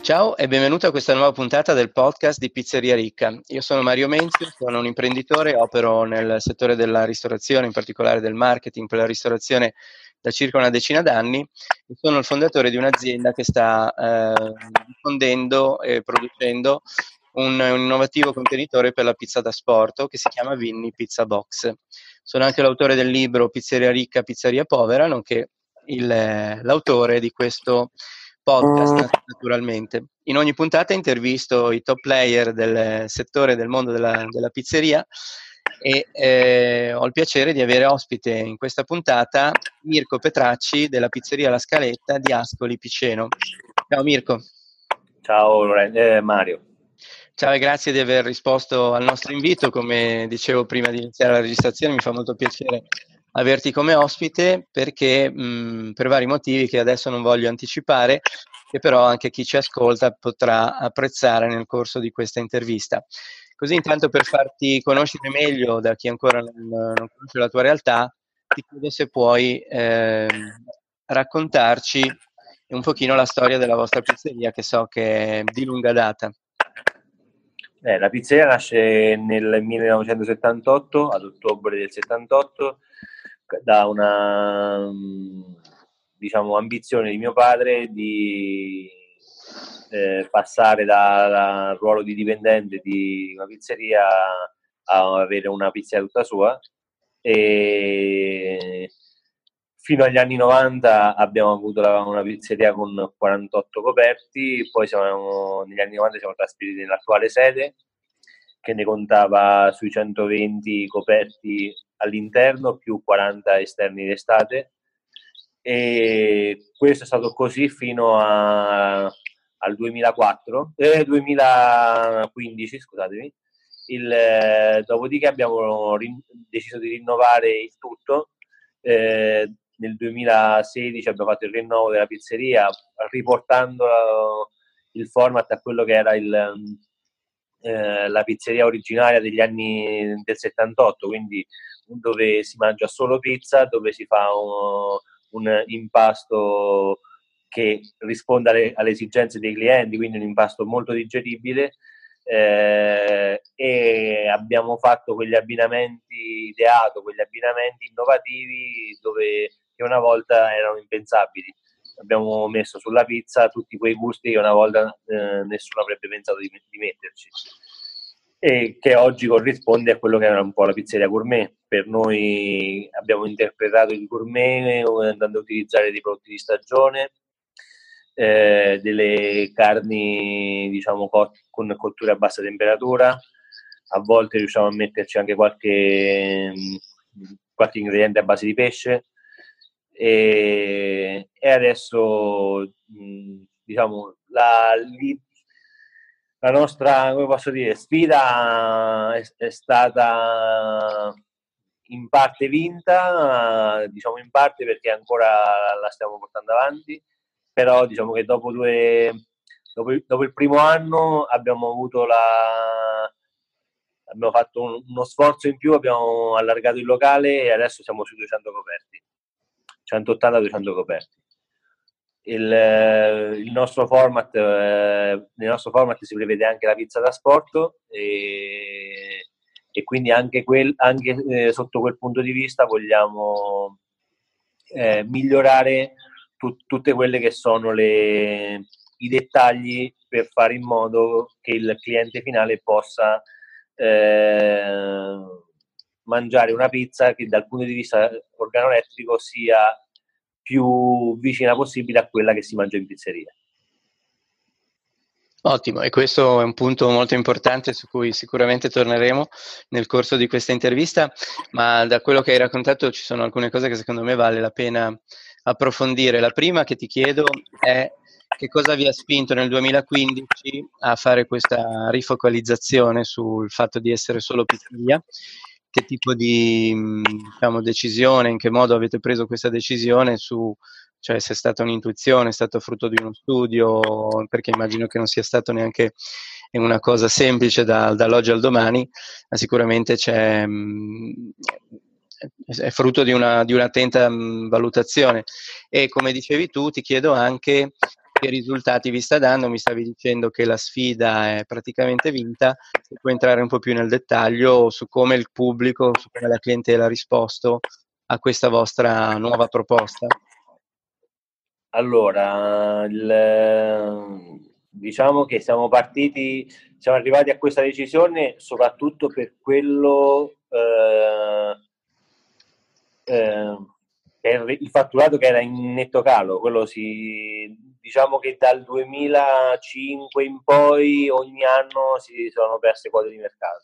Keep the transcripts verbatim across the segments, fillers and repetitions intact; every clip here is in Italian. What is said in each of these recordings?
Ciao e benvenuto a questa nuova puntata del podcast di Pizzeria Ricca. Io sono Mario Menzio, sono un imprenditore, opero nel settore della ristorazione, in particolare del marketing per la ristorazione da circa una decina d'anni e sono il fondatore di un'azienda che sta eh, diffondendo e producendo un, un innovativo contenitore per la pizza da sport che si chiama Vinny Pizza Box. Sono anche l'autore del libro Pizzeria Ricca, Pizzeria Povera, nonché il, l'autore di questo podcast, naturalmente. In ogni puntata intervisto i top player del settore del mondo della, della pizzeria e eh, ho il piacere di avere ospite in questa puntata Mirko Petracci della pizzeria La Scaletta di Ascoli Piceno. Ciao Mirko. Ciao Loren- eh, Mario. Ciao e grazie di aver risposto al nostro invito. Come dicevo prima di iniziare la registrazione, mi fa molto piacere averti come ospite perché mh, per vari motivi che adesso non voglio anticipare, che però anche chi ci ascolta potrà apprezzare nel corso di questa intervista. Così intanto, per farti conoscere meglio da chi ancora non, non conosce la tua realtà, ti chiedo se puoi eh, raccontarci un pochino la storia della vostra pizzeria, che so che è di lunga data. Eh, la pizzeria nasce nel millenovecentosettantotto, ad ottobre del settantotto, da una diciamo, ambizione di mio padre di eh, passare dal ruolo di dipendente di una pizzeria a avere una pizzeria tutta sua. E fino agli anni novanta abbiamo avuto una pizzeria con quarantotto coperti, poi siamo, negli anni novanta siamo trasferiti nell'attuale sede, che ne contava sui centoventi coperti all'interno, più quaranta esterni d'estate, e questo è stato così fino a, al duemilaquattro, eh, duemilaquindici, scusatemi. Il, eh, dopodiché abbiamo rin- deciso di rinnovare il tutto. Eh, nel duemilasedici abbiamo fatto il rinnovo della pizzeria, riportando il format a quello che era il, eh, la pizzeria originaria degli anni del settantotto, quindi dove si mangia solo pizza, dove si fa un, un impasto che risponda alle, alle esigenze dei clienti, quindi un impasto molto digeribile. Eh, e abbiamo fatto quegli abbinamenti ideato, quegli abbinamenti innovativi dove che una volta erano impensabili. Abbiamo messo sulla pizza tutti quei gusti che una volta eh, nessuno avrebbe pensato di, di metterci, e che oggi corrisponde a quello che era un po' la pizzeria gourmet. Per noi abbiamo interpretato il gourmet andando a utilizzare dei prodotti di stagione, eh, delle carni diciamo con cottura a bassa temperatura, a volte riusciamo a metterci anche qualche, qualche ingrediente a base di pesce, e, e adesso diciamo la, la nostra, come posso dire, sfida è, è stata in parte vinta, diciamo in parte perché ancora la stiamo portando avanti, però diciamo che dopo due dopo, dopo il primo anno abbiamo avuto la abbiamo fatto un, uno sforzo in più, abbiamo allargato il locale e adesso siamo sui duecento coperti, centottanta duecento coperti. Il, il nostro format eh, nel nostro format si prevede anche la pizza da sport, e, e quindi anche, quel, anche eh, sotto quel punto di vista vogliamo eh, migliorare tut, tutte quelle che sono le, i dettagli per fare in modo che il cliente finale possa eh, mangiare una pizza che dal punto di vista organolettrico sia più vicina possibile a quella che si mangia in pizzeria. Ottimo, e questo è un punto molto importante su cui sicuramente torneremo nel corso di questa intervista, ma da quello che hai raccontato ci sono alcune cose che secondo me vale la pena approfondire. La prima che ti chiedo è che cosa vi ha spinto nel duemilaquindici a fare questa rifocalizzazione sul fatto di essere solo pizzeria. Che tipo di diciamo, decisione, in che modo avete preso questa decisione, su, cioè se è stata un'intuizione, è stato frutto di uno studio, perché immagino che non sia stato neanche una cosa semplice da, dall'oggi al domani, ma sicuramente c'è, è frutto di una, di un'attenta valutazione. E come dicevi tu, ti chiedo anche che risultati vi sta dando. Mi stavi dicendo che la sfida è praticamente vinta, se puoi entrare un po' più nel dettaglio su come il pubblico, su come la clientela ha risposto a questa vostra nuova proposta. Allora, il, diciamo che siamo partiti, siamo arrivati a questa decisione soprattutto per quello, eh, eh, per il fatturato che era in netto calo. Quello si, diciamo che dal duemilacinque in poi ogni anno si sono perse quote di mercato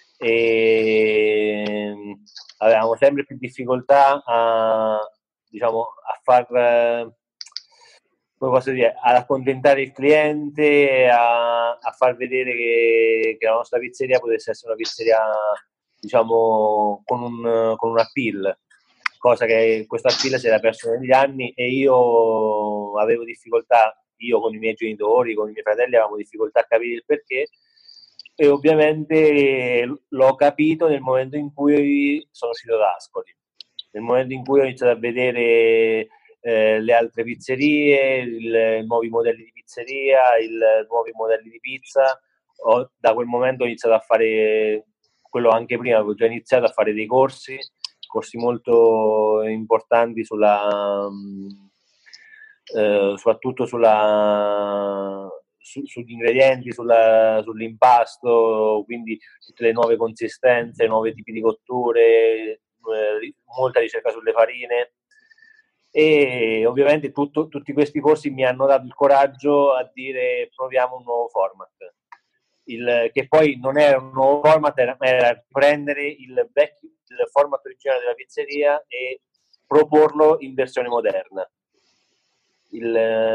e avevamo sempre più difficoltà a, diciamo, a far, come posso dire, ad accontentare il cliente, a, a far vedere che, che la nostra pizzeria potesse essere una pizzeria, diciamo, con un, con un appeal, cosa che questo appeal si era perso negli anni e io avevo difficoltà, io con i miei genitori, con i miei fratelli avevamo difficoltà a capire il perché, e ovviamente l'ho capito nel momento in cui sono uscito da Ascoli, nel momento in cui ho iniziato a vedere eh, le altre pizzerie, i nuovi modelli di pizzeria, i nuovi modelli di pizza. Ho, da quel momento ho iniziato a fare quello anche prima, avevo già iniziato a fare dei corsi, corsi molto importanti sulla, eh, soprattutto sulla, su, sugli ingredienti, sulla, sull'impasto, quindi tutte le nuove consistenze, nuovi tipi di cotture, eh, molta ricerca sulle farine. E ovviamente tutto, tutti questi corsi mi hanno dato il coraggio a dire proviamo un nuovo format, il, che poi non era un nuovo format, era, era prendere il vecchio il format originale della pizzeria e proporlo in versione moderna. Il,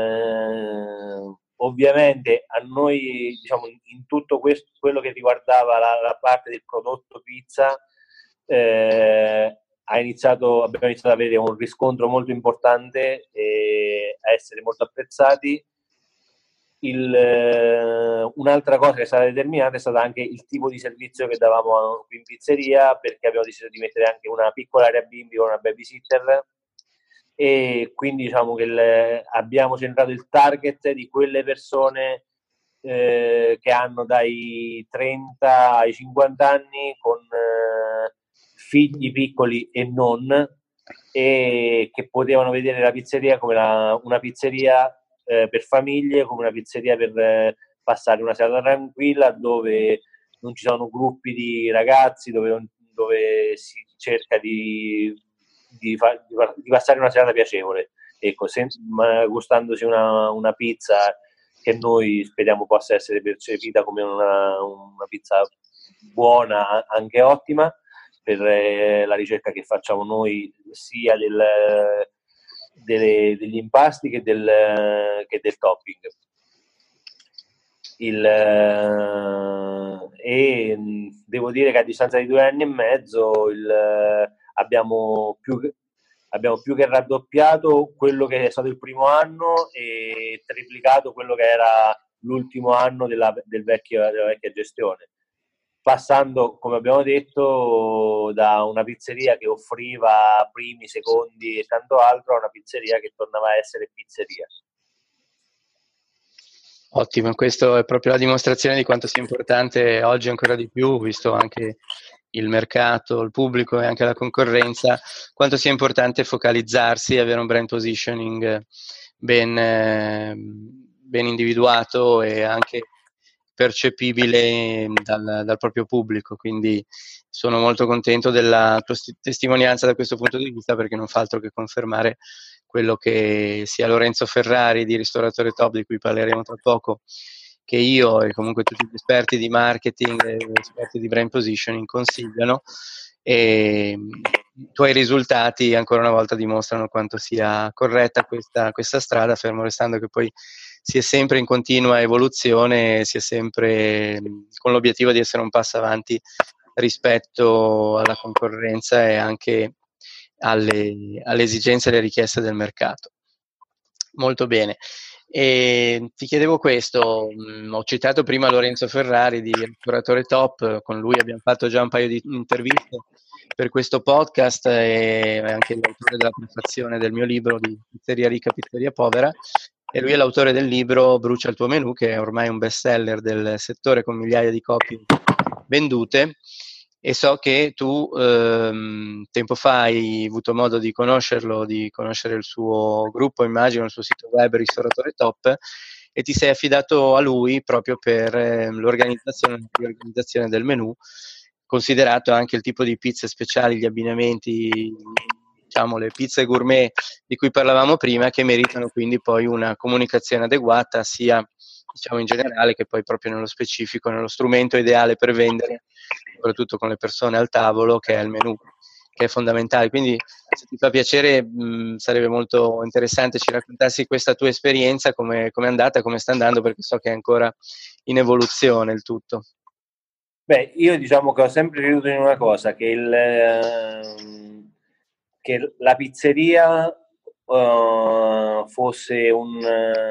eh, ovviamente a noi, diciamo, in tutto questo, quello che riguardava la, la parte del prodotto pizza, eh, ha iniziato, abbiamo iniziato ad avere un riscontro molto importante e a essere molto apprezzati. Il, eh, un'altra cosa che è stata determinante è stato anche il tipo di servizio che davamo qui in pizzeria, perché abbiamo deciso di mettere anche una piccola area bimbi con una babysitter e quindi diciamo che il, abbiamo centrato il target di quelle persone eh, che hanno dai trenta ai cinquanta anni con eh, figli piccoli e non, e che potevano vedere la pizzeria come la, una pizzeria eh, per famiglie, come una pizzeria per eh, passare una serata tranquilla dove non ci sono gruppi di ragazzi, dove, dove si cerca di, di, fa, di passare una serata piacevole, ecco, sen, ma, gustandosi una, una pizza che noi speriamo possa essere percepita come una, una pizza buona, anche ottima, per eh, la ricerca che facciamo noi sia del, delle, degli impasti che del, che del topping. Il, eh, e devo dire che a distanza di due anni e mezzo il, abbiamo, più, abbiamo più che raddoppiato quello che è stato il primo anno e triplicato quello che era l'ultimo anno della, del vecchio, della vecchia gestione, passando, come abbiamo detto, da una pizzeria che offriva primi, secondi e tanto altro a una pizzeria che tornava a essere pizzeria. Ottimo, questo è proprio la dimostrazione di quanto sia importante oggi ancora di più, visto anche il mercato, il pubblico e anche la concorrenza, quanto sia importante focalizzarsi e avere un brand positioning ben, eh, ben individuato e anche percepibile dal, dal proprio pubblico. Quindi sono molto contento della tua testimonianza da questo punto di vista, perché non fa altro che confermare quello che sia Lorenzo Ferrari di Ristoratore Top, di cui parleremo tra poco, che io e comunque tutti gli esperti di marketing e esperti di brand positioning consigliano, e i tuoi risultati ancora una volta dimostrano quanto sia corretta questa, questa strada, fermo restando che poi si è sempre in continua evoluzione, si è sempre con l'obiettivo di essere un passo avanti rispetto alla concorrenza e anche alle, alle esigenze e alle richieste del mercato. Molto bene. E ti chiedevo questo, mh, ho citato prima Lorenzo Ferrari di Ristoratore Top, con lui abbiamo fatto già un paio di interviste per questo podcast e anche l'autore della prefazione del mio libro di Pizzeria Ricca, Pizzeria Povera. e lui è l'autore del libro Brucia il tuo menù, che è ormai un best seller del settore con migliaia di copie vendute. E so che tu ehm, tempo fa hai avuto modo di conoscerlo, di conoscere il suo gruppo, immagino, il suo sito web Ristoratore Top, e ti sei affidato a lui proprio per eh, l'organizzazione, l'organizzazione del menù, considerato anche il tipo di pizze speciali, gli abbinamenti, diciamo le pizze gourmet di cui parlavamo prima, che meritano quindi poi una comunicazione adeguata sia, diciamo, in generale che poi proprio nello specifico, nello strumento ideale per vendere, soprattutto con le persone al tavolo, che è il menù, che è fondamentale. Quindi se ti fa piacere mh, sarebbe molto interessante ci raccontassi questa tua esperienza, come è andata, come sta andando, perché so che è ancora in evoluzione il tutto. Beh, io diciamo che ho sempre creduto in una cosa, che, il, eh, che la pizzeria uh, fosse un,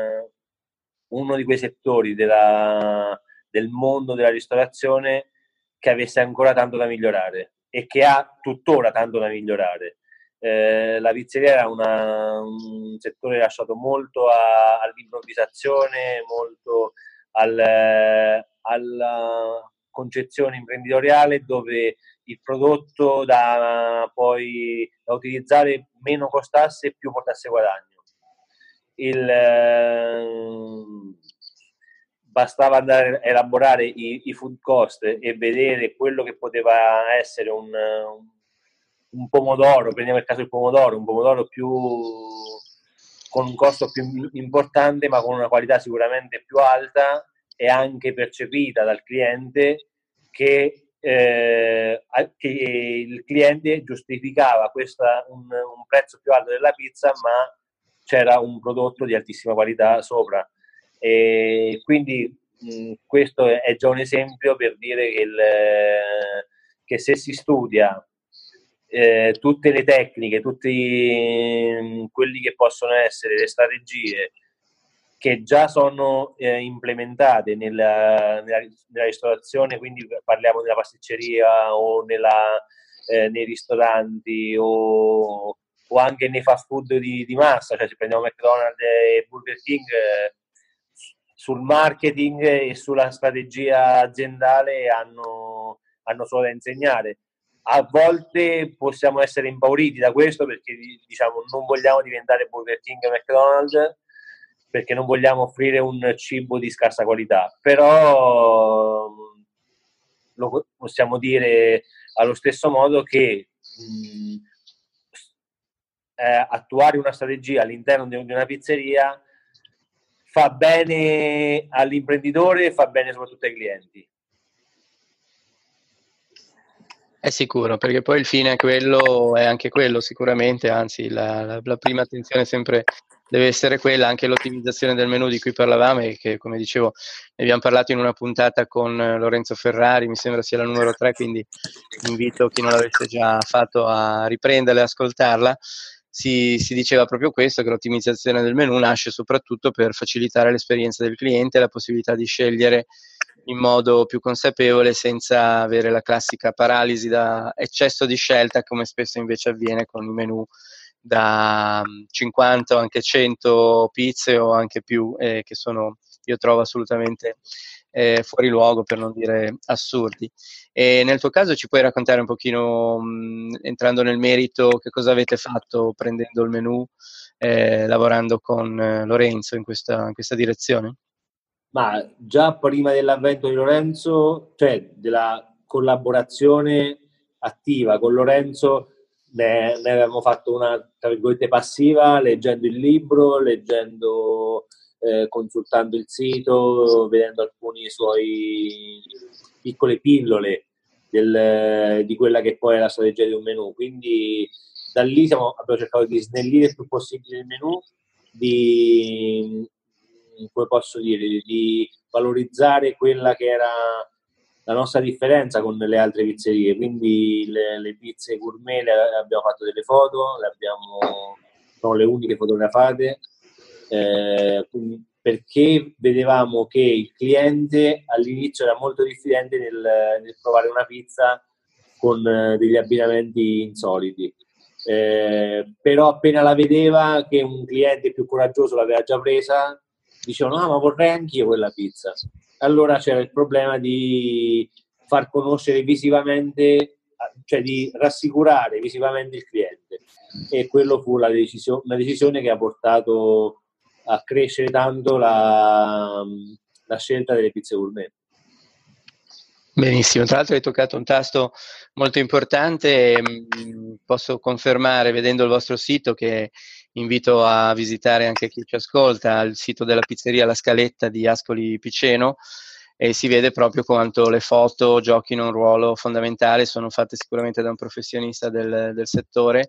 uh, uno di quei settori della, del mondo della ristorazione che avesse ancora tanto da migliorare e che ha tuttora tanto da migliorare. Eh, la pizzeria era una, un settore lasciato molto a, all'improvvisazione, molto al, alla concezione imprenditoriale, dove il prodotto da poi da utilizzare meno costasse e più portasse guadagno. Il, eh, bastava andare a elaborare i, i food cost e vedere quello che poteva essere un, un, un pomodoro, prendiamo il caso del pomodoro, un pomodoro più con un costo più importante ma con una qualità sicuramente più alta e anche percepita dal cliente, che, eh, che il cliente giustificava questa, un, un prezzo più alto della pizza, ma c'era un prodotto di altissima qualità sopra. E quindi mh, questo è già un esempio per dire che, il, che se si studia eh, tutte le tecniche, tutti mh, quelli che possono essere le strategie che già sono eh, implementate nella, nella, nella ristorazione, quindi parliamo della pasticceria o nella, eh, nei ristoranti o, o anche nei fast food di, di massa, cioè se prendiamo McDonald's e Burger King, eh, sul marketing e sulla strategia aziendale hanno, hanno solo da insegnare. A volte possiamo essere impauriti da questo perché diciamo non vogliamo diventare Burger King e McDonald's, perché non vogliamo offrire un cibo di scarsa qualità, però lo possiamo dire allo stesso modo che mh, eh, attuare una strategia all'interno di una pizzeria fa bene all'imprenditore e fa bene soprattutto ai clienti. È sicuro, perché poi il fine è quello, è anche quello sicuramente, anzi la, la, la prima attenzione sempre deve essere quella, anche l'ottimizzazione del menu di cui parlavamo e che, come dicevo, ne abbiamo parlato in una puntata con Lorenzo Ferrari, mi sembra sia la numero tre, quindi invito chi non l'avesse già fatto a riprenderla e ascoltarla. Si, si diceva proprio questo, che l'ottimizzazione del menu nasce soprattutto per facilitare l'esperienza del cliente e la possibilità di scegliere in modo più consapevole senza avere la classica paralisi da eccesso di scelta, come spesso invece avviene con i menù da cinquanta o anche cento pizze o anche più, eh, che sono, io trovo assolutamente eh, fuori luogo, per non dire assurdi. E nel tuo caso ci puoi raccontare un pochino, mh, entrando nel merito, che cosa avete fatto prendendo il menù, eh, lavorando con eh, Lorenzo in questa, in questa direzione? Ma già prima dell'avvento di Lorenzo, cioè della collaborazione attiva con Lorenzo, ne, ne avevamo fatto una, tra virgolette, passiva, leggendo il libro, leggendo, eh, consultando il sito, vedendo alcuni suoi piccole pillole del, di quella che poi è la strategia di un menù. Quindi da lì siamo, abbiamo cercato di snellire il più possibile il menù, di, come posso dire, di valorizzare quella che era la nostra differenza con le altre pizzerie. Quindi le, le pizze gourmet le abbiamo fatto delle foto, le abbiamo, sono le uniche fotografate, eh, perché vedevamo che il cliente all'inizio era molto diffidente nel, nel provare una pizza con degli abbinamenti insoliti. eh, però appena la vedeva che un cliente più coraggioso l'aveva già presa, dicevano ah ma vorrei anch'io quella pizza. Allora c'era il problema di far conoscere visivamente, cioè di rassicurare visivamente il cliente, e quello fu la decisione, una decisione che ha portato a crescere tanto la, la scelta delle pizze gourmet. Benissimo, tra l'altro hai toccato un tasto molto importante. Posso confermare, vedendo il vostro sito, che invito a visitare anche chi ci ascolta, il sito della pizzeria La Scaletta di Ascoli Piceno, e si vede proprio quanto le foto giochino un ruolo fondamentale. Sono fatte sicuramente da un professionista del, del settore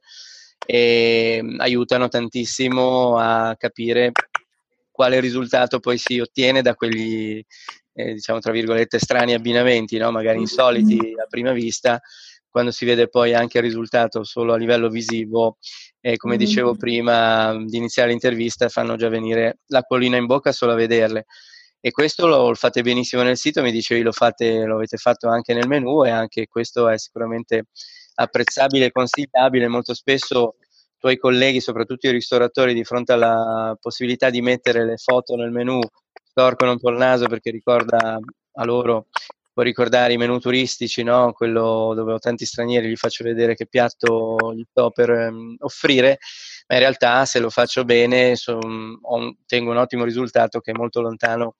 e aiutano tantissimo a capire quale risultato poi si ottiene da quegli, eh, diciamo tra virgolette, strani abbinamenti, no? Magari insoliti a prima vista. Quando si vede poi anche il risultato solo a livello visivo, eh, come dicevo prima di iniziare l'intervista, fanno già venire l'acquolina in bocca solo a vederle. E questo lo, lo fate benissimo nel sito, mi dicevi lo, fate, lo avete fatto anche nel menu, e anche questo è sicuramente apprezzabile e consigliabile. Molto spesso i tuoi colleghi, soprattutto i ristoratori, di fronte alla possibilità di mettere le foto nel menu, storcono un po' il naso, perché ricorda a loro, può ricordare i menu turistici, no? Quello dove ho tanti stranieri, gli faccio vedere che piatto gli sto per um, offrire, ma in realtà se lo faccio bene son, ottengo un ottimo risultato che è molto lontano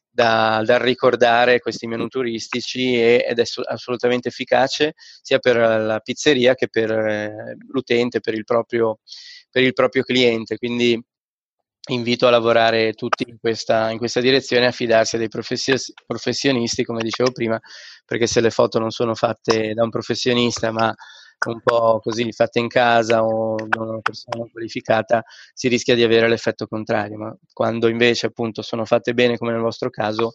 da, dal ricordare questi menu turistici, e, ed è so, assolutamente efficace sia per la pizzeria che per eh, l'utente, per il proprio, per il proprio cliente. Quindi invito a lavorare tutti in questa, in questa direzione, a fidarsi dei professionisti, come dicevo prima, perché se le foto non sono fatte da un professionista, ma un po' così fatte in casa o da una persona non qualificata, si rischia di avere l'effetto contrario. Ma quando invece appunto sono fatte bene, come nel vostro caso,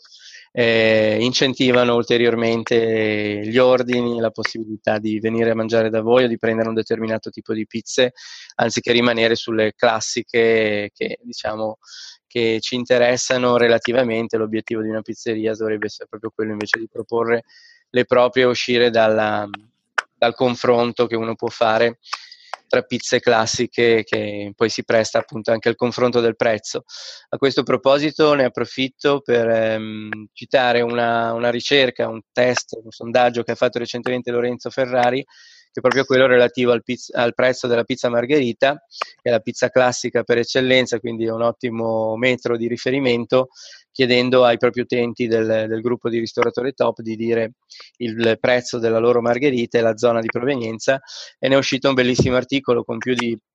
eh, incentivano ulteriormente gli ordini, la possibilità di venire a mangiare da voi o di prendere un determinato tipo di pizze, anziché rimanere sulle classiche che diciamo che ci interessano relativamente. L'obiettivo di una pizzeria dovrebbe essere proprio quello, invece di proporre le proprie, uscire dalla, dal confronto che uno può fare tra pizze classiche, che poi si presta appunto anche al confronto del prezzo. A questo proposito ne approfitto per ehm, citare una, una ricerca, un test, un sondaggio che ha fatto recentemente Lorenzo Ferrari, che è proprio quello relativo al, pizza, al prezzo della pizza margherita, che è la pizza classica per eccellenza, quindi è un ottimo metro di riferimento, chiedendo ai propri utenti del, del gruppo di ristoratori top di dire il prezzo della loro margherita e la zona di provenienza, e ne è uscito un bellissimo articolo con più di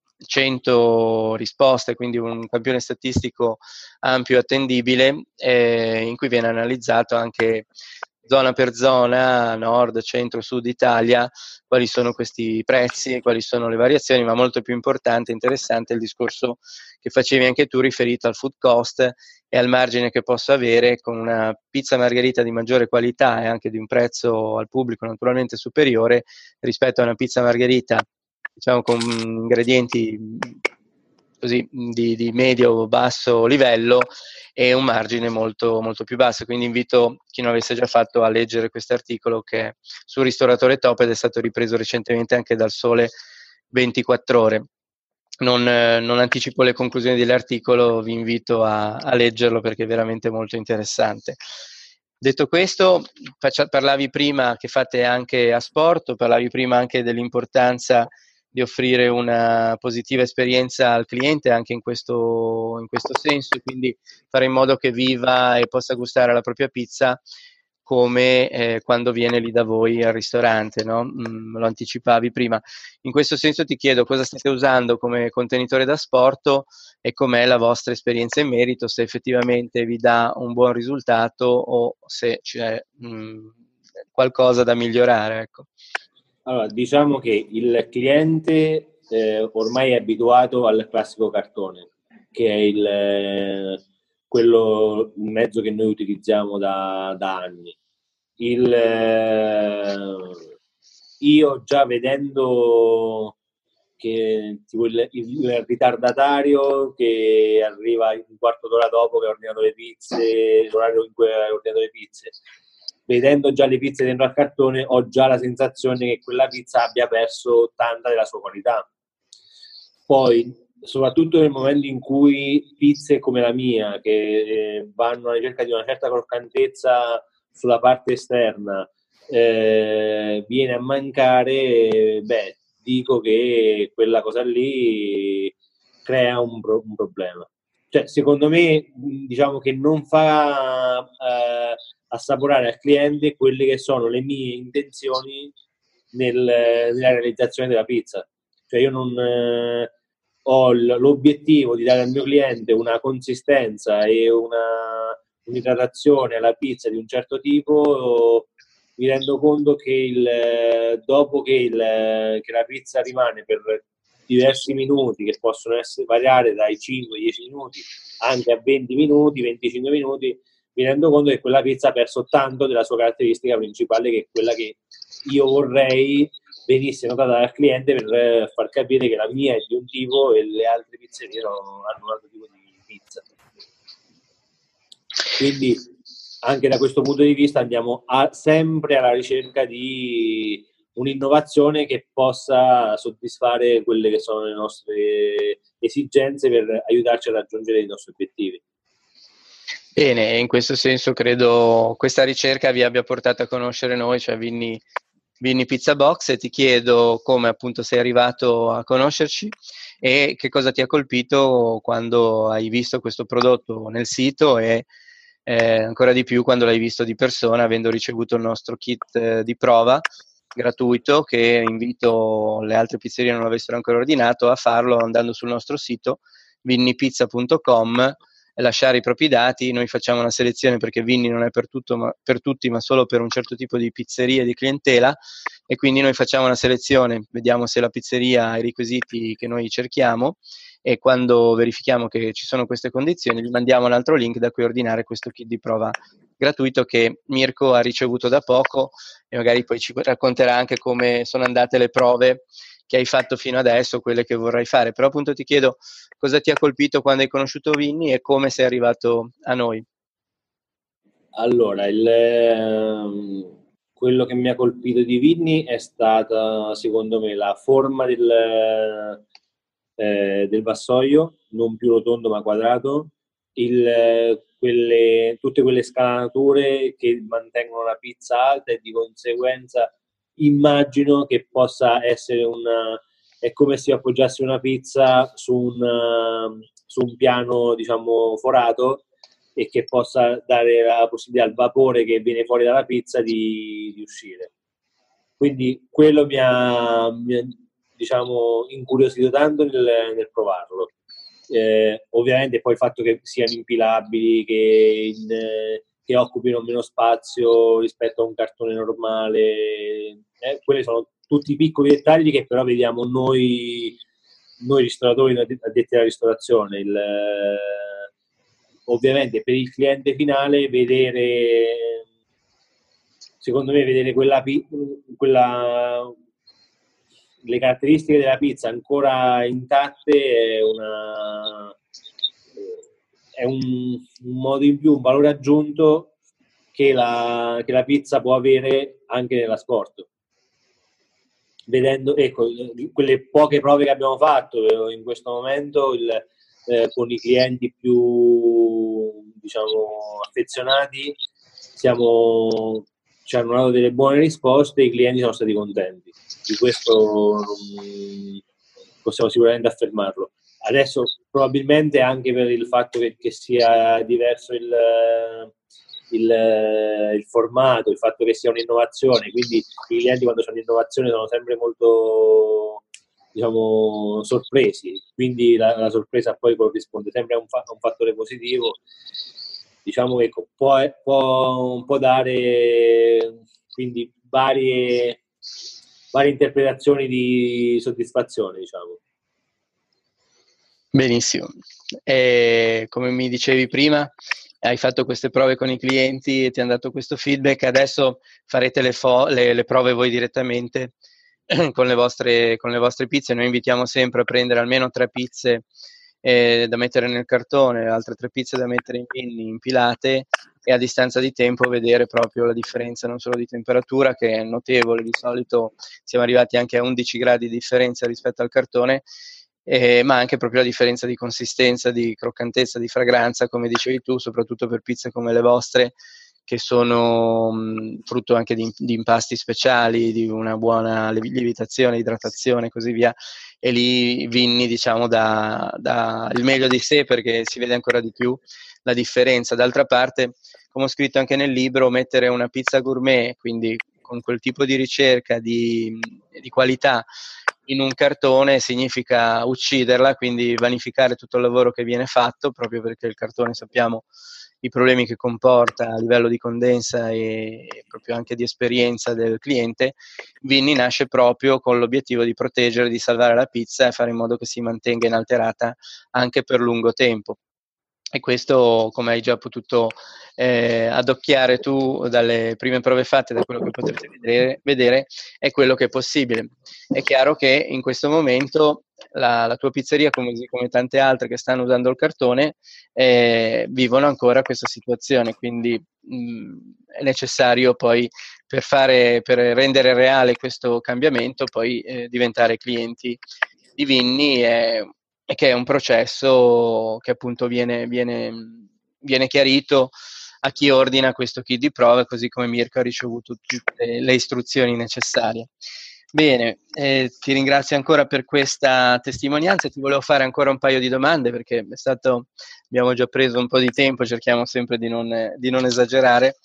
cento risposte, quindi un campione statistico ampio e attendibile, eh, in cui viene analizzato anche zona per zona, nord, centro, sud Italia, quali sono questi prezzi e quali sono le variazioni, ma molto più importante e interessante è il discorso che facevi anche tu riferito al food cost e al margine che posso avere con una pizza margherita di maggiore qualità e anche di un prezzo al pubblico naturalmente superiore rispetto a una pizza margherita, diciamo, con ingredienti così di, di medio-basso livello e un margine molto, molto più basso. Quindi invito chi non avesse già fatto a leggere questo articolo, che è sul ristoratore top ed è stato ripreso recentemente anche dal Sole ventiquattro Ore. Non, non anticipo le conclusioni dell'articolo, vi invito a, a leggerlo perché è veramente molto interessante. Detto questo, faccia, parlavi prima che fate anche a sport, parlavi prima anche dell'importanza di offrire una positiva esperienza al cliente anche in questo, in questo senso, quindi fare in modo che viva e possa gustare la propria pizza come eh, quando viene lì da voi al ristorante, no? Mm, lo anticipavi prima. In questo senso ti chiedo cosa state usando come contenitore da asporto e com'è la vostra esperienza in merito, se effettivamente vi dà un buon risultato o se c'è mh, qualcosa da migliorare, ecco. Allora, diciamo che il cliente eh, ormai è abituato al classico cartone, che è il, eh, quello, il mezzo che noi utilizziamo da, da anni. Il, eh, io già vedendo che tipo il, il ritardatario che arriva un quarto d'ora dopo che ha ordinato le pizze, l'orario in cui ha ordinato le pizze, vedendo già le pizze dentro al cartone, ho già la sensazione che quella pizza abbia perso tanta della sua qualità. poi soprattutto nel momento in cui pizze come la mia, che eh, vanno alla ricerca di una certa croccantezza sulla parte esterna, eh, viene a mancare, beh, dico che quella cosa lì crea un, pro- un problema. Cioè, secondo me, diciamo che non fa eh, assaporare al cliente quelle che sono le mie intenzioni nel, nella realizzazione della pizza. Cioè, io non eh, ho l- l'obiettivo di dare al mio cliente una consistenza e una, un'idratazione alla pizza di un certo tipo. Mi rendo conto che il, dopo che, il, che la pizza rimane per diversi minuti, che possono essere variare dai cinque ai dieci minuti anche a venti minuti, venticinque minuti, mi rendo conto che quella pizza ha perso tanto della sua caratteristica principale, che è quella che io vorrei venisse notata dal cliente per far capire che la mia è di un tipo e le altre pizzerie hanno un altro tipo di pizza. Quindi anche da questo punto di vista andiamo a, sempre alla ricerca di un'innovazione che possa soddisfare quelle che sono le nostre esigenze per aiutarci a raggiungere i nostri obiettivi. Bene, in questo senso credo questa ricerca vi abbia portato a conoscere noi, cioè Vinny, Vinny Pizza Box, e ti chiedo come appunto sei arrivato a conoscerci e che cosa ti ha colpito quando hai visto questo prodotto nel sito e eh, ancora di più quando l'hai visto di persona, avendo ricevuto il nostro kit eh, di prova gratuito, che invito le altre pizzerie non l'avessero ancora ordinato a farlo andando sul nostro sito vinny pizza punto com, lasciare i propri dati. Noi facciamo una selezione perché Vinny non è per, tutto, ma, per tutti, ma solo per un certo tipo di pizzeria e di clientela, e quindi noi facciamo una selezione, vediamo se la pizzeria ha i requisiti che noi cerchiamo, e quando verifichiamo che ci sono queste condizioni gli mandiamo un altro link da cui ordinare questo kit di prova gratuito che Mirko ha ricevuto da poco, e magari poi ci racconterà anche come sono andate le prove che hai fatto fino adesso, quelle che vorrai fare. Però appunto ti chiedo cosa ti ha colpito quando hai conosciuto Vinny e come sei arrivato a noi. Allora, il, ehm, quello che mi ha colpito di Vinny è stata, secondo me, la forma del, eh, del vassoio, non più rotondo ma quadrato, il, quelle, tutte quelle scalanature che mantengono la pizza alta, e di conseguenza immagino che possa essere una... è come se appoggiassi una pizza su un, su un piano, diciamo, forato, e che possa dare la possibilità al vapore che viene fuori dalla pizza di, di uscire. Quindi quello mi ha, mi ha diciamo, incuriosito tanto nel, nel provarlo. Eh, ovviamente poi il fatto che siano impilabili, che, in, che occupino meno spazio rispetto a un cartone normale, eh, quelli sono tutti piccoli dettagli che però vediamo noi, noi ristoratori addetti alla ristorazione. Il, ovviamente per il cliente finale vedere, secondo me, vedere quella, quella le caratteristiche della pizza ancora intatte è una è un, un modo in più, un valore aggiunto che la, che la pizza può avere anche nell'asporto. Vedendo, ecco, quelle poche prove che abbiamo fatto in questo momento, il, eh, con i clienti più, diciamo, affezionati, siamo, ci hanno dato delle buone risposte e i clienti sono stati contenti. Di questo um, possiamo sicuramente affermarlo. Adesso probabilmente anche per il fatto che, che sia diverso il, il, il formato, il fatto che sia un'innovazione, quindi i clienti quando c'è un'innovazione sono sempre molto, diciamo, sorpresi, quindi la, la sorpresa poi corrisponde sempre a un, fa- a un fattore positivo. Diciamo che può, può, può dare quindi varie, varie interpretazioni di soddisfazione, diciamo. Benissimo. E come mi dicevi prima, hai fatto queste prove con i clienti e ti hanno dato questo feedback. Adesso farete le, fo- le, le prove voi direttamente con le vostre, con le vostre pizze. Noi invitiamo sempre a prendere almeno tre pizze eh, da mettere nel cartone, altre tre pizze da mettere in mini impilate, e a distanza di tempo vedere proprio la differenza non solo di temperatura, che è notevole. Di solito siamo arrivati anche a undici gradi di differenza rispetto al cartone, eh, ma anche proprio la differenza di consistenza, di croccantezza, di fragranza, come dicevi tu, soprattutto per pizze come le vostre, che sono mh, frutto anche di, di impasti speciali, di una buona lievitazione, idratazione e così via, e lì Vinni, diciamo, dà, dà il meglio di sé, perché si vede ancora di più la differenza. D'altra parte, come ho scritto anche nel libro, mettere una pizza gourmet, quindi con quel tipo di ricerca di, di qualità, in un cartone significa ucciderla, quindi vanificare tutto il lavoro che viene fatto, proprio perché il cartone, sappiamo i problemi che comporta a livello di condensa e proprio anche di esperienza del cliente. Vinni nasce proprio con l'obiettivo di proteggere, di salvare la pizza e fare in modo che si mantenga inalterata anche per lungo tempo. E questo, come hai già potuto eh, addocchiare tu dalle prime prove fatte, da quello che potrete vedere, vedere, è quello che è possibile. È chiaro che in questo momento la, la tua pizzeria, come, come tante altre che stanno usando il cartone, eh, vivono ancora questa situazione, quindi mh, è necessario poi, per, fare, per rendere reale questo cambiamento, poi eh, diventare clienti di Vinni, e, e che è un processo che appunto viene, viene, viene chiarito a chi ordina questo kit di prova, così come Mirko ha ricevuto tutte le istruzioni necessarie. Bene, eh, ti ringrazio ancora per questa testimonianza. Ti volevo fare ancora un paio di domande, perché è stato, abbiamo già preso un po' di tempo, cerchiamo sempre di non, di non esagerare,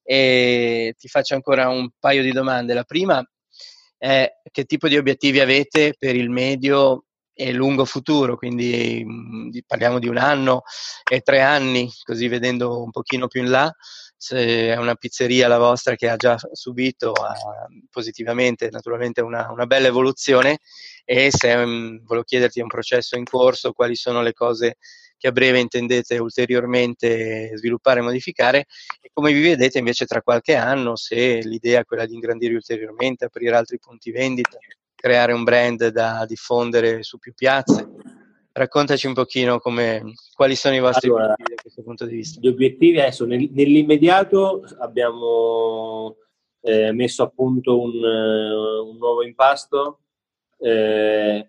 e ti faccio ancora un paio di domande. La prima è: che tipo di obiettivi avete per il medio e lungo futuro? Quindi mh, parliamo di un anno e tre anni, così vedendo un pochino più in là, se è una pizzeria la vostra che ha già subito uh, positivamente naturalmente una, una bella evoluzione, e se um, volevo chiederti, è un processo in corso, quali sono le cose che a breve intendete ulteriormente sviluppare e modificare, e come vi vedete invece tra qualche anno, se l'idea è quella di ingrandire ulteriormente, aprire altri punti vendita, creare un brand da diffondere su più piazze. Raccontaci un pochino come, quali sono i vostri Allora, obiettivi da questo punto di vista. gli obiettivi adesso, nel, nell'immediato abbiamo eh, messo a punto un, uh, un nuovo impasto, eh,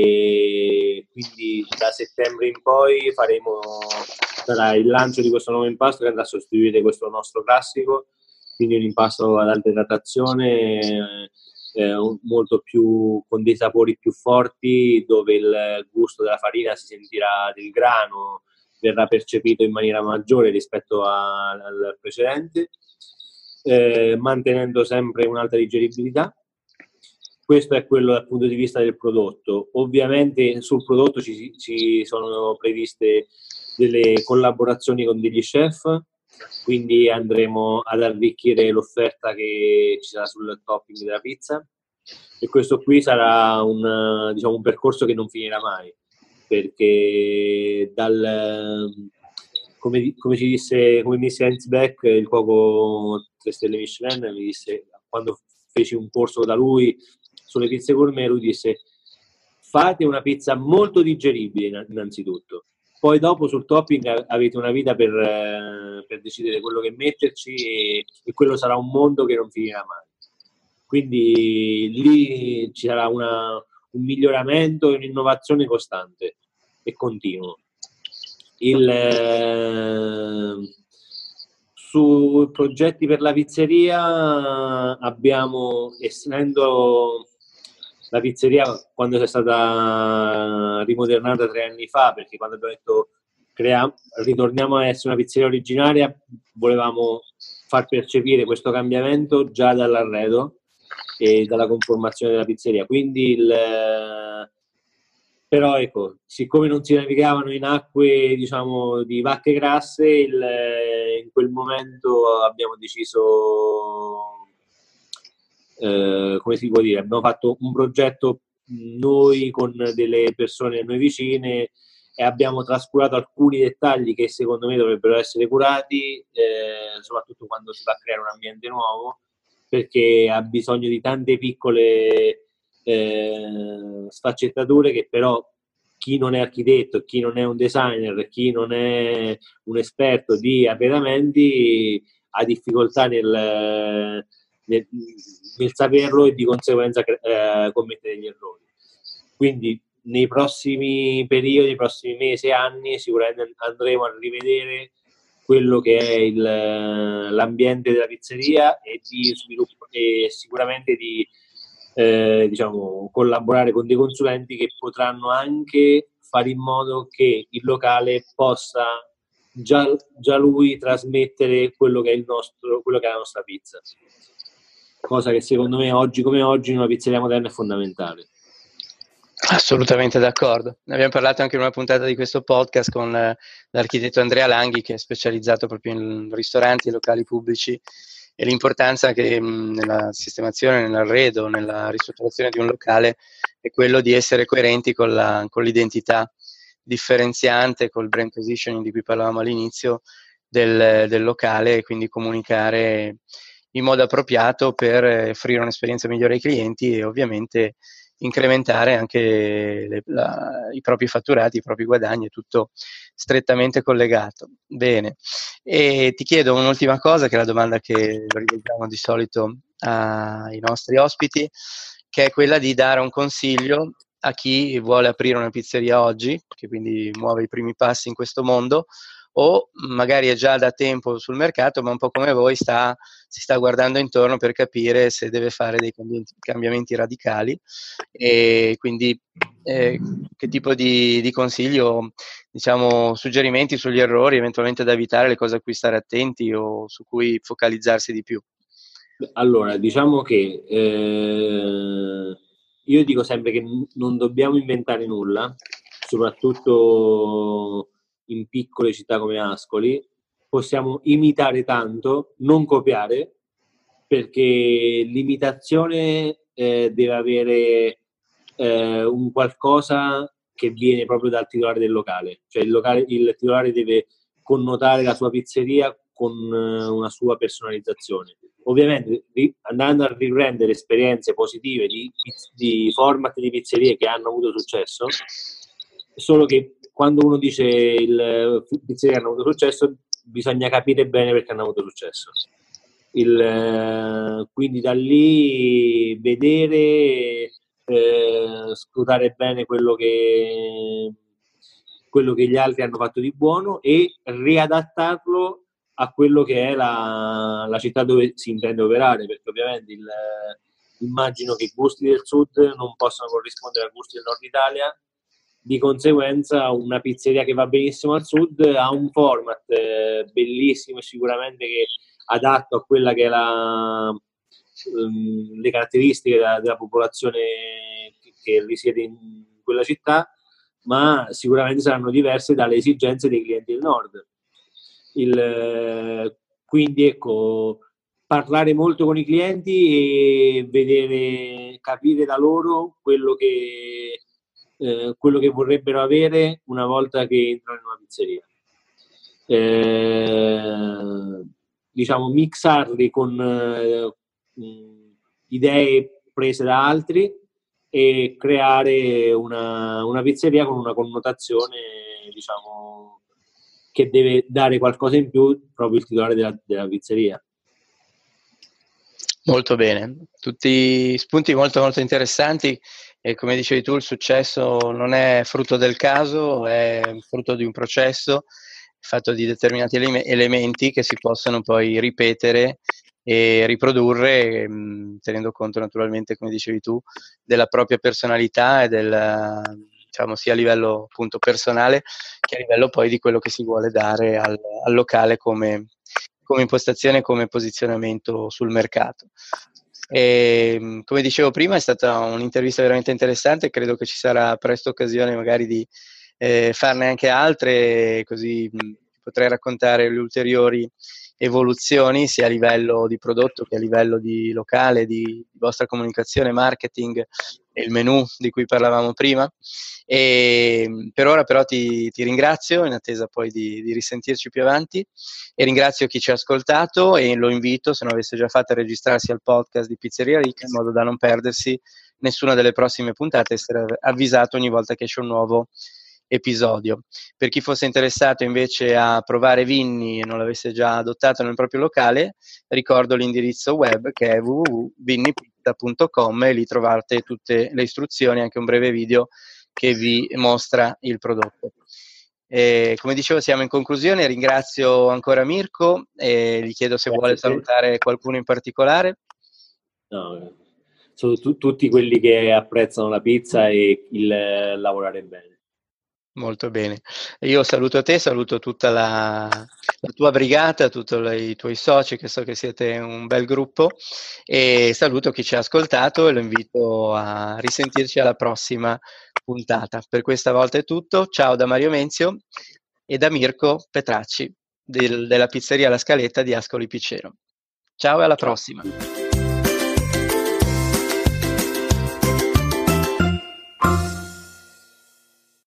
e quindi da settembre in poi faremo sarà il lancio di questo nuovo impasto che andrà a sostituire questo nostro classico, quindi un impasto ad alta idratazione, eh, molto più, con dei sapori più forti, dove il gusto della farina si sentirà, del grano verrà percepito in maniera maggiore rispetto a, al precedente, eh, mantenendo sempre un'alta digeribilità. Questo è quello dal punto di vista del prodotto. Ovviamente sul prodotto ci, ci sono previste delle collaborazioni con degli chef, quindi andremo ad arricchire l'offerta che ci sarà sul topping della pizza, e questo qui sarà un, diciamo, un percorso che non finirà mai, perché dal, come, come ci disse, come mi disse Heinz Beck, il cuoco tre stelle Michelin, mi disse, quando feci un corso da lui sulle pizze gourmet, lui disse: fate una pizza molto digeribile innanzitutto, poi dopo sul topping avete una vita per, eh, per decidere quello che metterci, e, e quello sarà un mondo che non finirà mai. Quindi lì ci sarà una, un miglioramento e un'innovazione costante e continuo. Il, eh, su progetti per la pizzeria abbiamo, essendo la pizzeria, quando è stata rimodernata tre anni fa, perché quando abbiamo detto creiamo, ritorniamo a essere una pizzeria originaria, volevamo far percepire questo cambiamento già dall'arredo e dalla conformazione della pizzeria. Quindi il, però ecco, siccome non si navigavano in acque, diciamo, di vacche grasse, il, in quel momento abbiamo deciso, eh, come si può dire, abbiamo fatto un progetto noi con delle persone a noi vicine, e abbiamo trascurato alcuni dettagli che secondo me dovrebbero essere curati, eh, soprattutto quando si va a creare un ambiente nuovo, perché ha bisogno di tante piccole eh, sfaccettature che però chi non è architetto, chi non è un designer, chi non è un esperto di arredamenti ha difficoltà nel, nel, nel saperlo, e di conseguenza eh, commettere degli errori. Quindi nei prossimi periodi, nei prossimi mesi e anni, sicuramente andremo a rivedere quello che è il, l'ambiente della pizzeria e di sviluppo e sicuramente di eh, diciamo, collaborare con dei consulenti che potranno anche fare in modo che il locale possa già, già lui trasmettere quello che è il nostro, quello che è la nostra pizza, cosa che secondo me oggi come oggi in una pizzeria moderna è fondamentale. Assolutamente d'accordo. Ne abbiamo parlato anche in una puntata di questo podcast con eh, l'architetto Andrea Langhi, che è specializzato proprio in ristoranti e locali pubblici, e l'importanza che mh, nella sistemazione, nell'arredo, nella ristrutturazione di un locale è quello di essere coerenti con, la, con l'identità differenziante, col brand positioning di cui parlavamo all'inizio del, del locale, e quindi comunicare in modo appropriato per offrire un'esperienza migliore ai clienti e ovviamente incrementare anche le, la, i propri fatturati, i propri guadagni, è tutto strettamente collegato. Bene, e ti chiedo un'ultima cosa, che è la domanda che rivolgiamo di solito ai nostri ospiti, che è quella di dare un consiglio a chi vuole aprire una pizzeria oggi, che quindi muove i primi passi in questo mondo, o magari è già da tempo sul mercato, ma un po' come voi sta, si sta guardando intorno per capire se deve fare dei cambiamenti, cambiamenti radicali, e quindi eh, che tipo di, di consiglio, diciamo, suggerimenti sugli errori eventualmente da evitare, le cose a cui stare attenti o su cui focalizzarsi di più. Allora, diciamo che eh, io dico sempre che n- non dobbiamo inventare nulla, soprattutto in piccole città come Ascoli. Possiamo imitare tanto, non copiare, perché l'imitazione eh, deve avere eh, un qualcosa che viene proprio dal titolare del locale, cioè il, locale, il titolare deve connotare la sua pizzeria con eh, una sua personalizzazione. Ovviamente andando a riprendere esperienze positive di, di format di pizzerie che hanno avuto successo, solo che quando uno dice il pizzerie che hanno avuto successo bisogna capire bene perché hanno avuto successo. Il, quindi da lì vedere, eh, scrutare bene quello che, quello che gli altri hanno fatto di buono e riadattarlo a quello che è la, la città dove si intende operare, perché ovviamente il, immagino che i gusti del sud non possano corrispondere ai gusti del nord Italia, di conseguenza una pizzeria che va benissimo al sud ha un format eh, bellissimo e sicuramente che adatto a quella che è la, um, le caratteristiche della, della popolazione che, che risiede in quella città, ma sicuramente saranno diverse dalle esigenze dei clienti del nord. Il, quindi ecco, parlare molto con i clienti e vedere, capire da loro quello che, eh, quello che vorrebbero avere una volta che entrano in una pizzeria. Eh, diciamo, mixarli con eh, idee prese da altri e creare una, una pizzeria con una connotazione, diciamo, che deve dare qualcosa in più proprio il titolare della, della pizzeria. Molto bene, tutti spunti molto molto interessanti, e come dicevi tu il successo non è frutto del caso, è frutto di un processo fatto di determinati ele- elementi che si possono poi ripetere e riprodurre, mh, tenendo conto naturalmente, come dicevi tu, della propria personalità e del, diciamo, sia a livello appunto personale che a livello poi di quello che si vuole dare al, al locale come, come impostazione, come posizionamento sul mercato. E, come dicevo prima, è stata un'intervista veramente interessante, credo che ci sarà presto occasione magari di eh, farne anche altre, così mh, potrei raccontare le ulteriori evoluzioni sia a livello di prodotto che a livello di locale, di, di vostra comunicazione, marketing e il menù di cui parlavamo prima. E per ora però ti, ti ringrazio, in attesa poi di, di risentirci più avanti, e ringrazio chi ci ha ascoltato e lo invito, se non avesse già fatto, a registrarsi al podcast di Pizzeria Ricca in modo da non perdersi nessuna delle prossime puntate e essere avvisato ogni volta che esce un nuovo episodio. Per chi fosse interessato invece a provare Vinny e non l'avesse già adottato nel proprio locale, ricordo l'indirizzo web che è w w w punto vinny pizza punto com, e lì trovate tutte le istruzioni, anche un breve video che vi mostra il prodotto. E, come dicevo, siamo in conclusione. Ringrazio ancora Mirko e gli chiedo se Grazie vuole a te. salutare qualcuno in particolare. No, sono tu- tutti quelli che apprezzano la pizza e il eh, lavorare bene. Molto bene. Io saluto te, saluto tutta la, la tua brigata, tutti i tuoi soci, che so che siete un bel gruppo, e saluto chi ci ha ascoltato e lo invito a risentirci alla prossima puntata. Per questa volta è tutto. Ciao da Mario Menzio e da Mirko Petracci del- della pizzeria La Scaletta di Ascoli Piceno. Ciao e alla Ciao. prossima.